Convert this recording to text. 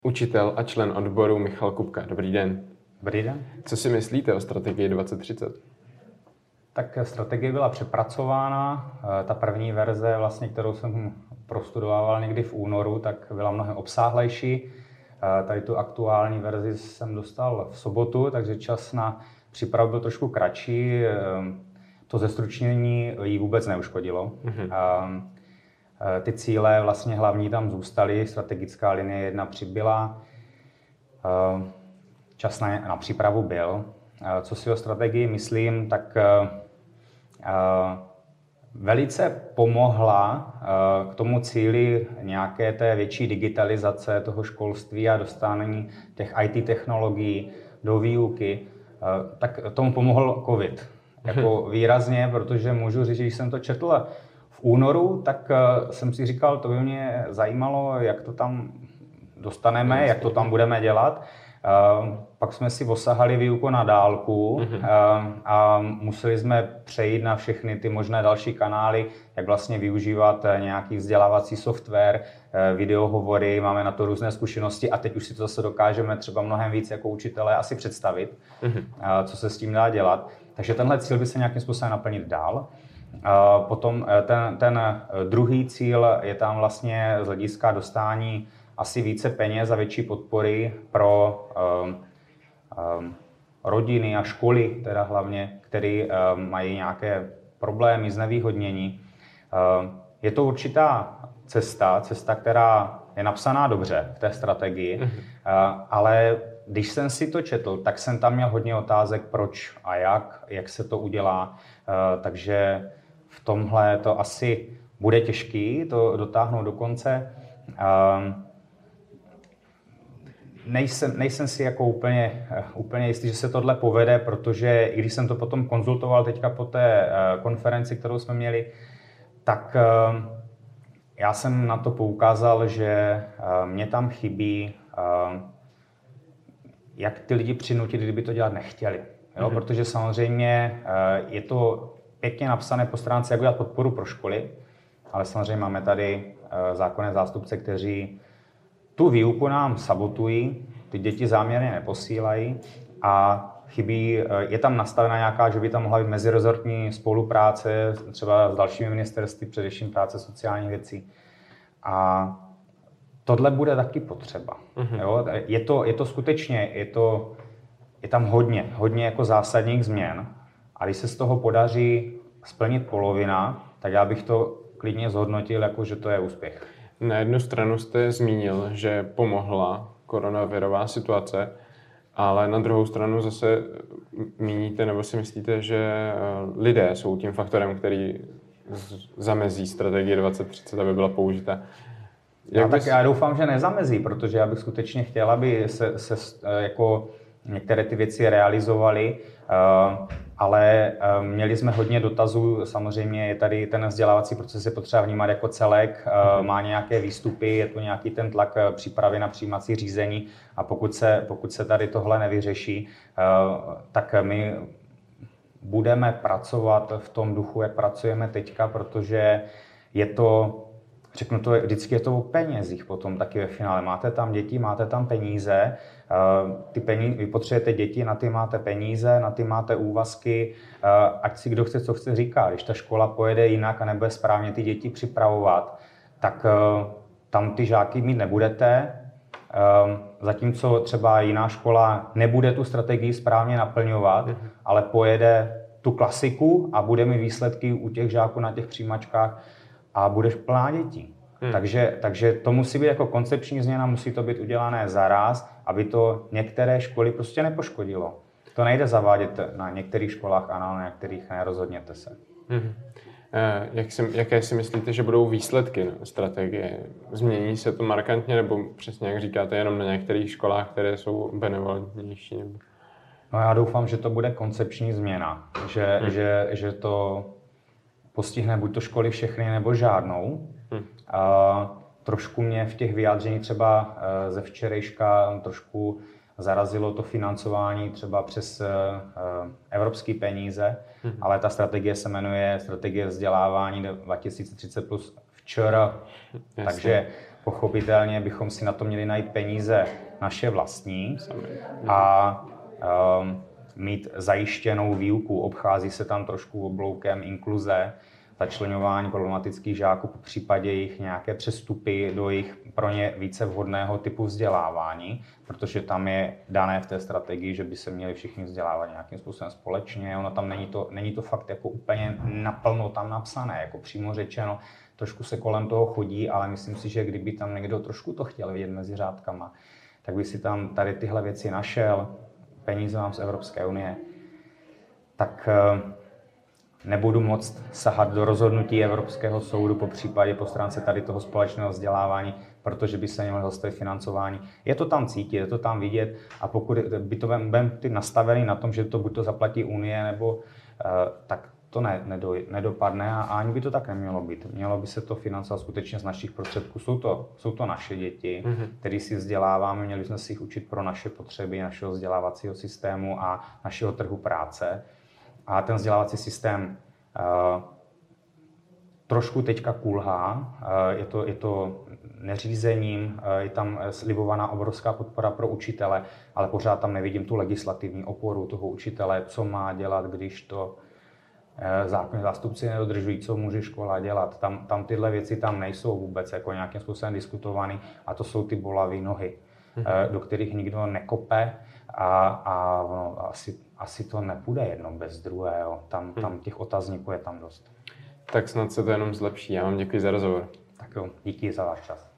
Učitel a člen odboru Michal Kupka. Dobrý den. Dobrý den. Co si myslíte o strategii 2030? Tak strategie byla přepracována. Ta první verze, vlastně, kterou jsem prostudovával někdy v únoru, tak byla mnohem obsáhlejší. Tady tu aktuální verzi jsem dostal v sobotu, takže čas na přípravu byl trošku kratší. To zestručnění jí vůbec neuškodilo. Ty cíle vlastně hlavní tam zůstaly, strategická linie 1 přibyla, čas na přípravu byl. Co si o strategii myslím, tak velice pomohla k tomu cíli nějaké té větší digitalizace toho školství a dostání těch IT technologií do výuky. Tak tomu pomohl COVID. Jako výrazně, protože můžu říct, že když jsem to četl v únoru, tak jsem si říkal, to by mě zajímalo, jak to tam dostaneme, jak to tam budeme dělat. Pak jsme si osahali výuku na dálku a museli jsme přejít na všechny ty možné další kanály, jak vlastně využívat nějaký vzdělávací software, videohovory, máme na to různé zkušenosti a teď už si to zase dokážeme třeba mnohem víc jako učitelé asi představit, co se s tím dá dělat. Takže tenhle cíl by se nějakým způsobem naplnit dál. Potom ten druhý cíl je tam vlastně z hlediska dostání asi více peněz a větší podpory pro rodiny a školy, teda hlavně, které mají nějaké problémy, znevýhodnění. Je to určitá cesta, která je napsaná dobře v té strategii, ale když jsem si to četl, tak jsem tam měl hodně otázek, proč a jak se to udělá, takže v tomhle to asi bude těžký to dotáhnout do konce. Nejsem si jako úplně jistý, že se tohle povede, protože i když jsem to potom konzultoval teďka po té konferenci, kterou jsme měli, tak já jsem na to poukázal, že mě tam chybí, jak ty lidi přinutit, kdyby to dělat nechtěli. Jo? Protože samozřejmě je to pěkně napsané po stránce, jak udělat podporu pro školy, ale samozřejmě máme tady zákonné zástupce, kteří tu výuku nám sabotují, ty děti záměrně neposílají a chybí, je tam nastavena nějaká, že by tam mohla být mezirezortní spolupráce třeba s dalšími ministerstvy, především práce sociálních věcí. A tohle bude taky potřeba. Jo? Je to skutečně, je tam hodně jako zásadních změn a když se z toho podaří splnit polovina, tak já bych to klidně zhodnotil, jako že to je úspěch. Na jednu stranu jste zmínil, že pomohla koronavirová situace, ale na druhou stranu zase míníte nebo si myslíte, že lidé jsou tím faktorem, který zamezí strategii 2030, aby byla použita. Já doufám, že nezamezí, protože já bych skutečně chtěl, aby se jako některé ty věci realizovaly, ale měli jsme hodně dotazů, samozřejmě je tady ten vzdělávací proces je potřeba vnímat jako celek, má nějaké výstupy, je to nějaký ten tlak přípravy na přijímací řízení a pokud se tady tohle nevyřeší, tak my budeme pracovat v tom duchu, jak pracujeme teďka, protože je to, řeknu to, vždycky je to o penězích potom taky ve finále. Máte tam děti, máte tam peníze, vy potřebujete děti, na ty máte peníze, na ty máte úvazky, ať si kdo chce, co chce říká. Když ta škola pojede jinak a nebude správně ty děti připravovat, tak tam ty žáky mít nebudete, zatímco třeba jiná škola nebude tu strategii správně naplňovat, ale pojede tu klasiku a bude mít výsledky u těch žáků na těch přijímačkách a budeš plná dětí. Takže to musí být jako koncepční změna, musí to být udělané zaraz, aby to některé školy prostě nepoškodilo. To nejde zavádět na některých školách, ano, na některých ne, rozhodněte se. Jaké si myslíte, že budou výsledky strategie? Změní se to markantně, nebo přesně jak říkáte, jenom na některých školách, které jsou benevolentnější? Nebo... No já doufám, že to bude koncepční změna, že to postihne buď to školy všechny, nebo žádnou. Trošku mě v těch vyjádření třeba ze včerejška trošku zarazilo to financování třeba přes evropské peníze, ale ta strategie se jmenuje Strategie vzdělávání 2030 plus včera. Takže Pochopitelně bychom si na to měli najít peníze naše vlastní a mít zajištěnou výuku. Obchází se tam trošku obloukem inkluze, začleňování problematických žáků, po případě jejich nějaké přestupy do jejich pro ně více vhodného typu vzdělávání, protože tam je dané v té strategii, že by se měli všichni vzdělávat nějakým způsobem společně. Ono tam není to fakt jako úplně naplno tam napsané, jako přímo řečeno. Trošku se kolem toho chodí, ale myslím si, že kdyby tam někdo trošku to chtěl vidět mezi řádkama, tak by si tam tady tyhle věci našel, peníze mám z Evropské unie, tak nebudu moct sahat do rozhodnutí Evropského soudu, po případě po stránce tady toho společného vzdělávání, protože by se mělo zastavit financování. Je to tam cítit, je to tam vidět a pokud by to budeme nastavený na tom, že to buď to zaplatí Unie, nebo tak to nedopadne a ani by to tak nemělo být. Mělo by se to financovat skutečně z našich prostředků. Jsou to naše děti, které si vzděláváme, měli jsme si jich učit pro naše potřeby, našeho vzdělávacího systému a našeho trhu práce. A ten vzdělávací systém trošku teďka kulhá, je to neřízením, je tam slibovaná obrovská podpora pro učitele, ale pořád tam nevidím tu legislativní oporu toho učitele, co má dělat, když to zákonní zástupci nedodržují, co může škola dělat. Tam tyhle věci tam nejsou vůbec jako nějakým způsobem diskutovaný a to jsou ty bolavé nohy, do kterých nikdo nekope a asi to nepůjde jedno bez druhého. Tam těch otazníků je tam dost. Tak snad se to jenom zlepší. Já vám děkuji za rozhovor. Tak jo, díky za váš čas.